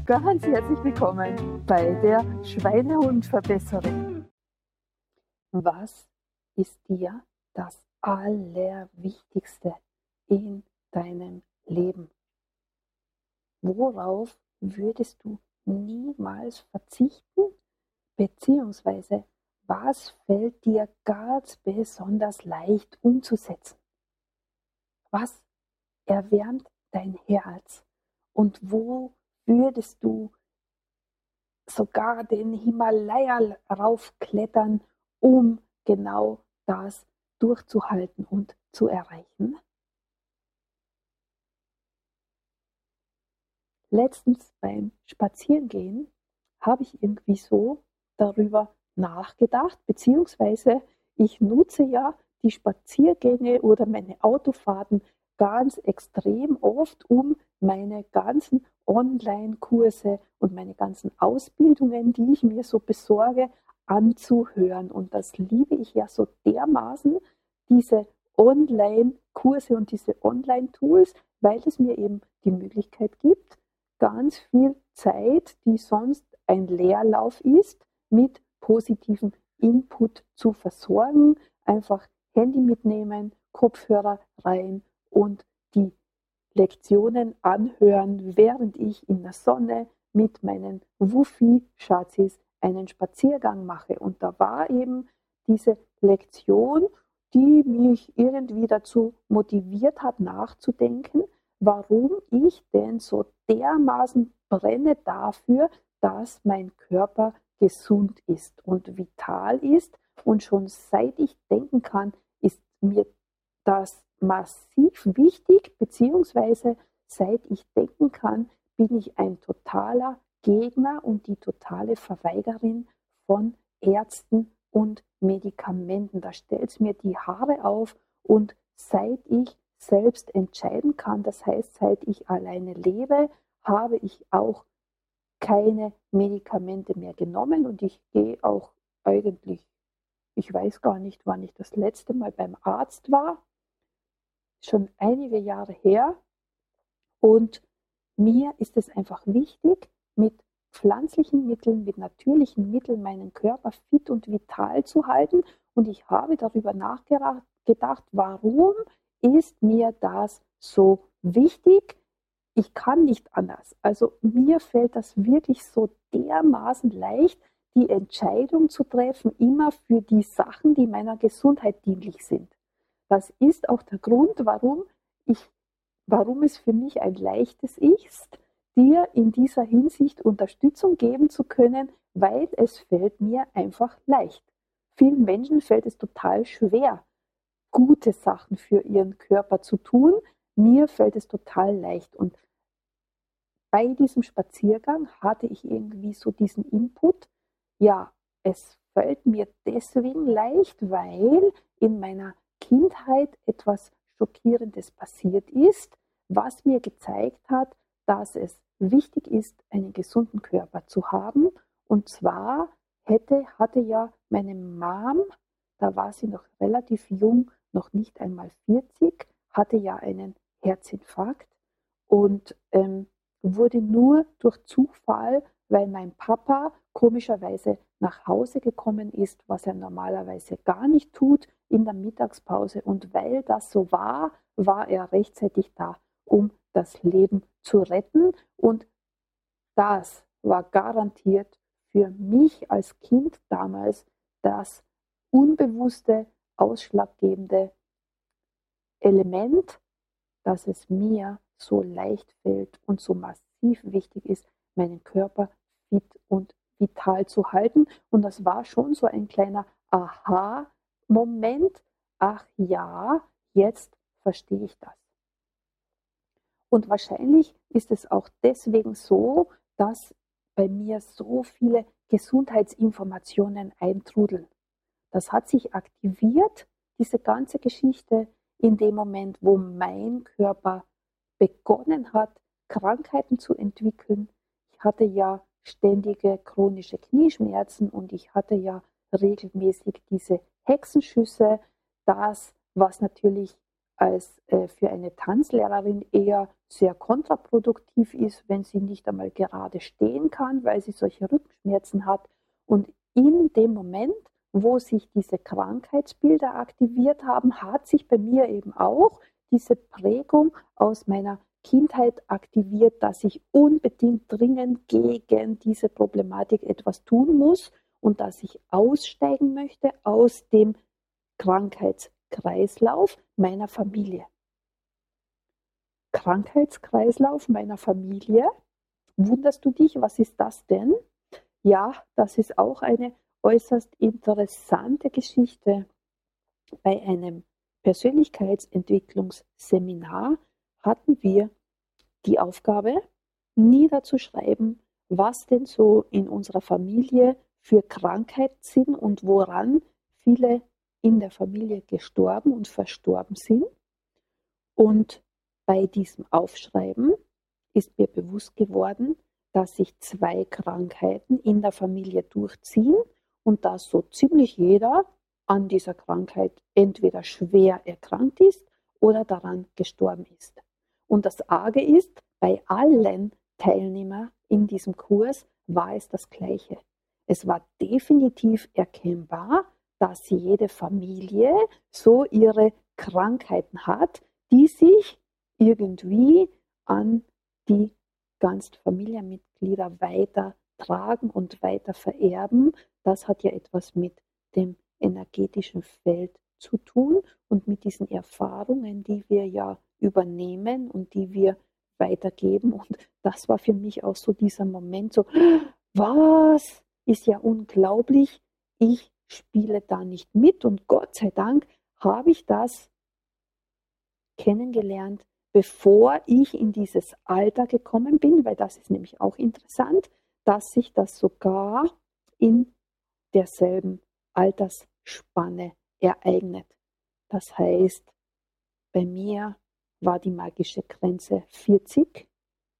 Ganz herzlich willkommen bei der Schweinehundverbesserung. Was ist dir das Allerwichtigste in deinem Leben? Worauf würdest du niemals verzichten? Beziehungsweise, was fällt dir ganz besonders leicht umzusetzen? Was erwärmt dein Herz? Und wo würdest du sogar den Himalaya raufklettern, um genau das durchzuhalten und zu erreichen? Letztens beim Spazierengehen habe ich irgendwie so darüber nachgedacht, beziehungsweise ich nutze ja die Spaziergänge oder meine Autofahrten ganz extrem oft, um meine ganzen Online-Kurse und meine ganzen Ausbildungen, die ich mir so besorge, anzuhören. Und das liebe ich ja so dermaßen, diese Online-Kurse und diese Online-Tools, weil es mir eben die Möglichkeit gibt, ganz viel Zeit, die sonst ein Leerlauf ist, mit positivem Input zu versorgen. Einfach Handy mitnehmen, Kopfhörer rein und die Lektionen anhören, während ich in der Sonne mit meinen Wuffi-Schatzis einen Spaziergang mache. Und da war eben diese Lektion, die mich irgendwie dazu motiviert hat, nachzudenken, warum ich denn so dermaßen brenne dafür, dass mein Körper gesund ist und vital ist. Und schon seit ich denken kann, ist mir das massiv wichtig, beziehungsweise seit ich denken kann, bin ich ein totaler Gegner und die totale Verweigerin von Ärzten und Medikamenten. Da stellt es mir die Haare auf, und seit ich selbst entscheiden kann, das heißt, seit ich alleine lebe, habe ich auch keine Medikamente mehr genommen, und ich gehe auch eigentlich, ich weiß gar nicht, wann ich das letzte Mal beim Arzt war, schon einige Jahre her, und mir ist es einfach wichtig, mit pflanzlichen Mitteln, mit natürlichen Mitteln meinen Körper fit und vital zu halten. Und ich habe darüber nachgedacht, warum ist mir das so wichtig? Ich kann nicht anders. Also mir fällt das wirklich so dermaßen leicht, die Entscheidung zu treffen, immer für die Sachen, die meiner Gesundheit dienlich sind. Das ist auch der Grund, warum es für mich ein leichtes ist, dir in dieser Hinsicht Unterstützung geben zu können, weil es fällt mir einfach leicht. Vielen Menschen fällt es total schwer, gute Sachen für ihren Körper zu tun. Mir fällt es total leicht. Und bei diesem Spaziergang hatte ich irgendwie so diesen Input, ja, es fällt mir deswegen leicht, weil in meiner Kindheit etwas Schockierendes passiert ist, was mir gezeigt hat, dass es wichtig ist, einen gesunden Körper zu haben. Und zwar hatte ja meine Mom, da war sie noch relativ jung, noch nicht einmal 40, hatte ja einen Herzinfarkt, und wurde nur durch Zufall, weil mein Papa komischerweise nach Hause gekommen ist, was er normalerweise gar nicht tut, in der Mittagspause. Und weil das so war, war er rechtzeitig da, um das Leben zu retten. Und das war garantiert für mich als Kind damals das unbewusste, ausschlaggebende Element, dass es mir so leicht fällt und so massiv wichtig ist, meinen Körper fit und vital zu halten. Und das war schon so ein kleiner Aha-Moment. Ach ja, jetzt verstehe ich das. Und wahrscheinlich ist es auch deswegen so, dass bei mir so viele Gesundheitsinformationen eintrudeln. Das hat sich aktiviert, diese ganze Geschichte, in dem Moment, wo mein Körper begonnen hat, Krankheiten zu entwickeln. Ich hatte ja ständige chronische Knieschmerzen, und ich hatte ja regelmäßig diese Hexenschüsse, das, was natürlich als für eine Tanzlehrerin eher sehr kontraproduktiv ist, wenn sie nicht einmal gerade stehen kann, weil sie solche Rückenschmerzen hat. Und in dem Moment, wo sich diese Krankheitsbilder aktiviert haben, hat sich bei mir eben auch diese Prägung aus meiner Kindheit aktiviert, dass ich unbedingt dringend gegen diese Problematik etwas tun muss und dass ich aussteigen möchte aus dem Krankheitskreislauf meiner Familie. Krankheitskreislauf meiner Familie? Wunderst du dich, was ist das denn? Ja, das ist auch eine äußerst interessante Geschichte. Bei einem Persönlichkeitsentwicklungsseminar hatten wir die Aufgabe, niederzuschreiben, was denn so in unserer Familie für Krankheiten sind und woran viele in der Familie gestorben und verstorben sind. Und bei diesem Aufschreiben ist mir bewusst geworden, dass sich 2 Krankheiten in der Familie durchziehen und dass so ziemlich jeder an dieser Krankheit entweder schwer erkrankt ist oder daran gestorben ist. Und das Arge ist, bei allen Teilnehmern in diesem Kurs war es das Gleiche. Es war definitiv erkennbar, dass jede Familie so ihre Krankheiten hat, die sich irgendwie an die ganzen Familienmitglieder weitertragen und weiter vererben. Das hat ja etwas mit dem energetischen Feld zu tun und mit diesen Erfahrungen, die wir ja übernehmen und die wir weitergeben. Und das war für mich auch so dieser Moment, so, was ist ja unglaublich, ich spiele da nicht mit und Gott sei Dank habe ich das kennengelernt, bevor ich in dieses Alter gekommen bin, weil das ist nämlich auch interessant, dass sich das sogar in derselben Altersspanne ereignet. Das heißt, bei mir war die magische Grenze 40.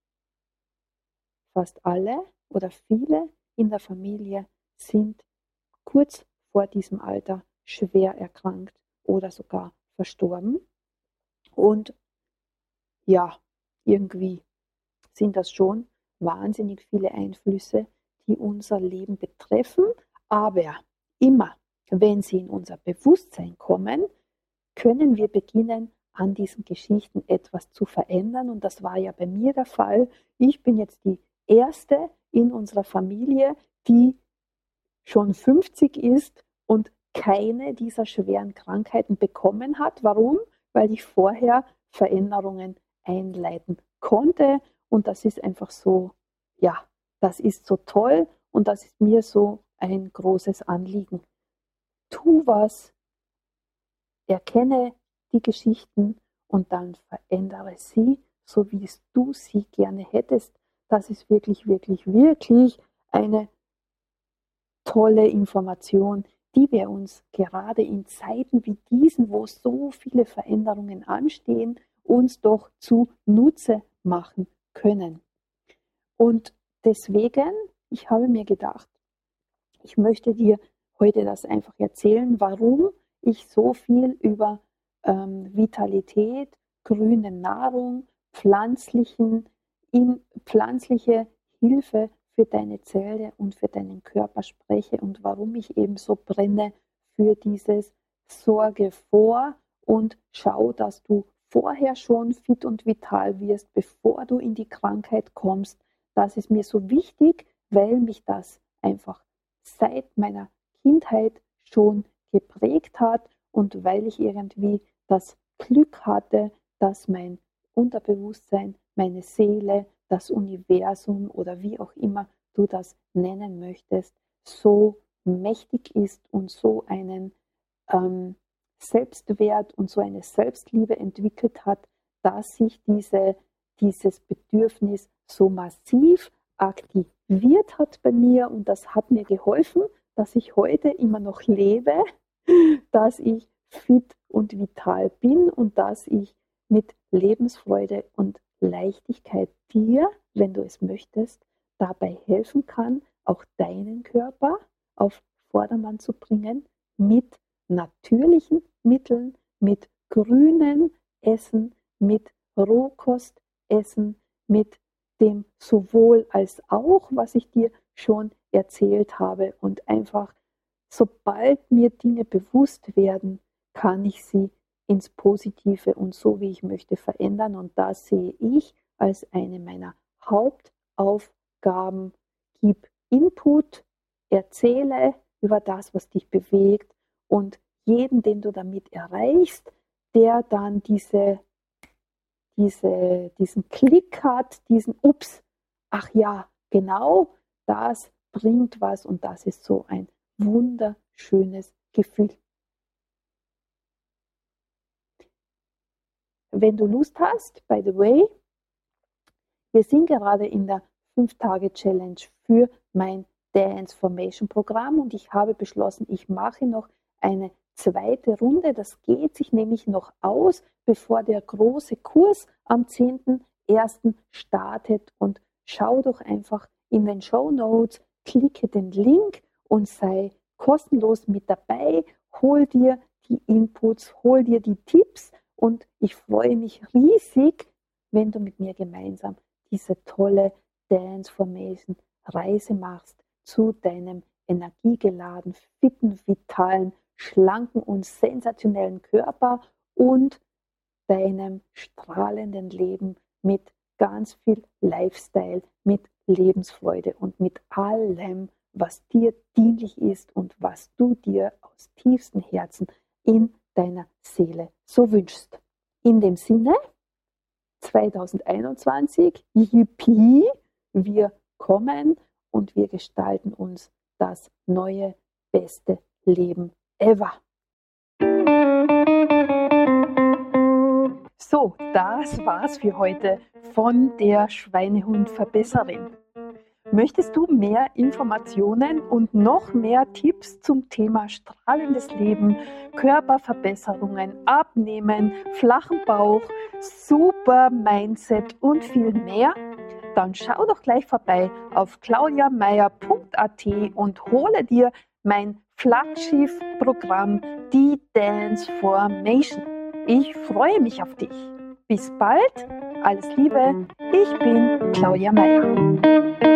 Fast alle oder viele in der Familie sind kurz vor diesem Alter schwer erkrankt oder sogar verstorben. Und ja, irgendwie sind das schon wahnsinnig viele Einflüsse, die unser Leben betreffen. Aber immer, wenn sie in unser Bewusstsein kommen, können wir beginnen, an diesen Geschichten etwas zu verändern. Und das war ja bei mir der Fall. Ich bin jetzt die erste in unserer Familie, die schon 50 ist und keine dieser schweren Krankheiten bekommen hat. Warum? Weil ich vorher Veränderungen einleiten konnte. Und das ist einfach so, ja, das ist so toll und das ist mir so ein großes Anliegen. Tu was, erkenne die Geschichten und dann verändere sie, so wie es du sie gerne hättest. Das ist wirklich, wirklich, wirklich eine tolle Information, die wir uns gerade in Zeiten wie diesen, wo so viele Veränderungen anstehen, uns doch zunutze machen können. Und deswegen, ich habe mir gedacht, ich möchte dir heute das einfach erzählen, warum ich so viel über Vitalität, grüne Nahrung, pflanzliche Hilfe für deine Zelle und für deinen Körper spreche und warum ich eben so brenne für dieses Sorge vor und schau, dass du vorher schon fit und vital wirst, bevor du in die Krankheit kommst. Das ist mir so wichtig, weil mich das einfach seit meiner Kindheit schon geprägt hat und weil ich irgendwie das Glück hatte, dass mein Unterbewusstsein, meine Seele, das Universum oder wie auch immer du das nennen möchtest, so mächtig ist und so einen Selbstwert und so eine Selbstliebe entwickelt hat, dass sich dieses Bedürfnis so massiv aktiviert hat bei mir und das hat mir geholfen, dass ich heute immer noch lebe, dass ich fit und vital bin und dass ich mit Lebensfreude und Leichtigkeit dir, wenn du es möchtest, dabei helfen kann, auch deinen Körper auf Vordermann zu bringen mit natürlichen Mitteln, mit grünen Essen, mit Rohkostessen, mit dem sowohl als auch, was ich dir schon erzählt habe. Und einfach, sobald mir Dinge bewusst werden, kann ich sie ins Positive und so, wie ich möchte, verändern. Und das sehe ich als eine meiner Hauptaufgaben. Gib Input, erzähle über das, was dich bewegt, und jeden, den du damit erreichst, der dann diesen Klick hat, diesen Ups, ach ja, genau, das bringt was, und das ist so ein wunderschönes Gefühl. Wenn du Lust hast, by the way, wir sind gerade in der 5-Tage-Challenge für mein Dance-Formation-Programm, und ich habe beschlossen, ich mache noch eine zweite Runde. Das geht sich nämlich noch aus, bevor der große Kurs am 10.01. startet. Und schau doch einfach in den Shownotes, klicke den Link und sei kostenlos mit dabei. Hol dir die Inputs, hol dir die Tipps, und ich freue mich riesig, wenn du mit mir gemeinsam diese tolle Dance Formation Reise machst zu deinem energiegeladenen, fitten, vitalen, schlanken und sensationellen Körper und deinem strahlenden Leben mit ganz viel Lifestyle, mit Lebensfreude und mit allem, was dir dienlich ist und was du dir aus tiefstem Herzen in deiner Seele so wünschst. In dem Sinne, 2021, yippie, wir kommen und wir gestalten uns das neue, beste Leben ever. So, das war's für heute von der Schweinehund-Verbesserin. Möchtest du mehr Informationen und noch mehr Tipps zum Thema strahlendes Leben, Körperverbesserungen, Abnehmen, flachen Bauch, super Mindset und viel mehr? Dann schau doch gleich vorbei auf claudiameier.at und hole dir mein Flaggschiff-Programm, die Dance Formation. Ich freue mich auf dich. Bis bald, alles Liebe, ich bin Claudia Meier.